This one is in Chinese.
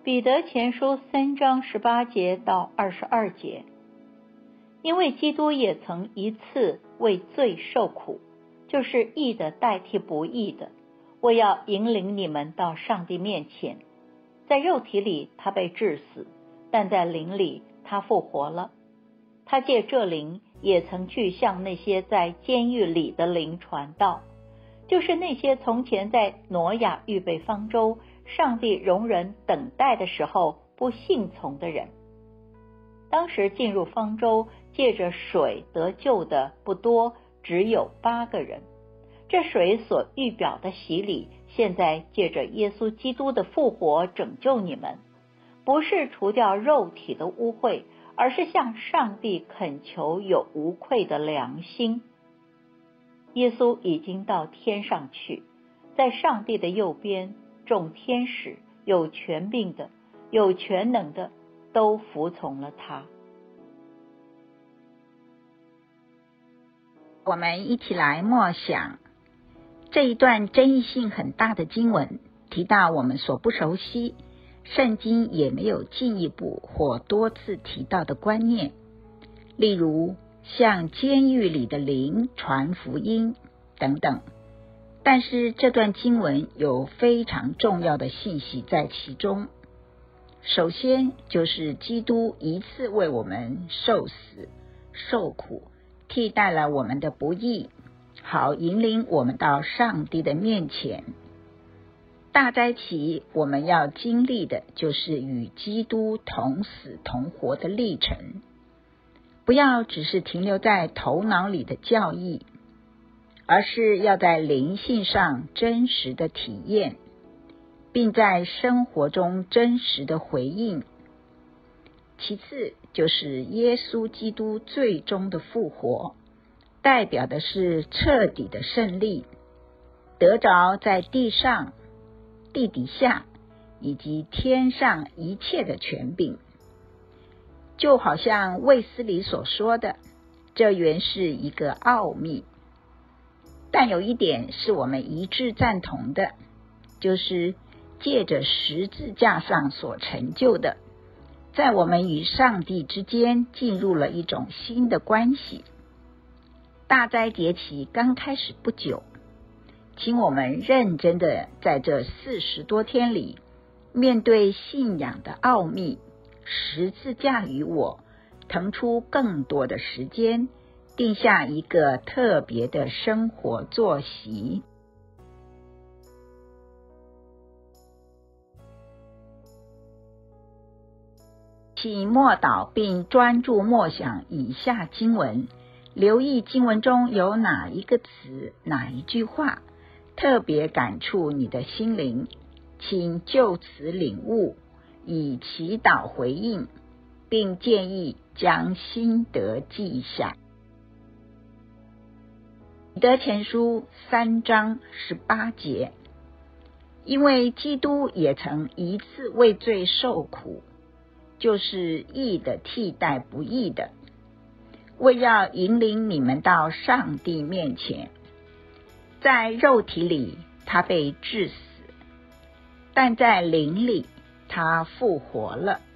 彼得前书3章18节到22节，因为基督也曾一次为罪受苦，就是义的代替不义的，为要引领你们到上帝面前。在肉体里他被治死，但在灵里他复活了。他借这灵也曾去向那些在监狱里的灵传道，就是那些从前在挪亚预备方舟，上帝容人等待的时候不信从的人。当时进入方舟借着水得救的不多，只有8个人。这水所预表的洗礼，现在借着耶稣基督的复活拯救你们，不是除掉肉体的污秽，而是向上帝恳求有无愧的良心。耶稣已经到天上去，在上帝的右边，众天使、有权柄的、有全能的都服从了他。 我们一起来默想这一段争议性很大的经文，提到我们所不熟悉，圣经也没有进一步或多次提到的观念，例如向监狱里的灵传福音等等。但是这段经文有非常重要的信息在其中。首先就是基督一次为我们受死受苦，替代了我们的不义，好引领我们到上帝的面前。大灾期我们要经历的就是与基督同死同活的历程，不要只是停留在头脑里的教义，而是要在灵性上真实的体验，并在生活中真实的回应。其次就是耶稣基督最终的复活，代表的是彻底的胜利，得着在地上、地底下以及天上一切的权柄。就好像卫斯理所说的，这原是一个奥秘。但有一点是我们一致赞同的，就是借着十字架上所成就的，在我们与上帝之间进入了一种新的关系。大灾节期刚开始不久，请我们认真的在这40多天里，面对信仰的奥秘，十字架与我，腾出更多的时间，定下一个特别的生活作息。请默祷并专注默想以下经文，留意经文中有哪一个词、哪一句话特别感触你的心灵，请就此领悟，以祈祷回应，并建议将心得记下。彼得前书3章18节，因为基督也曾一次为罪受苦，就是义的替代不义的，为要引领你们到上帝面前。在肉体里他被治死，但在灵里他复活了。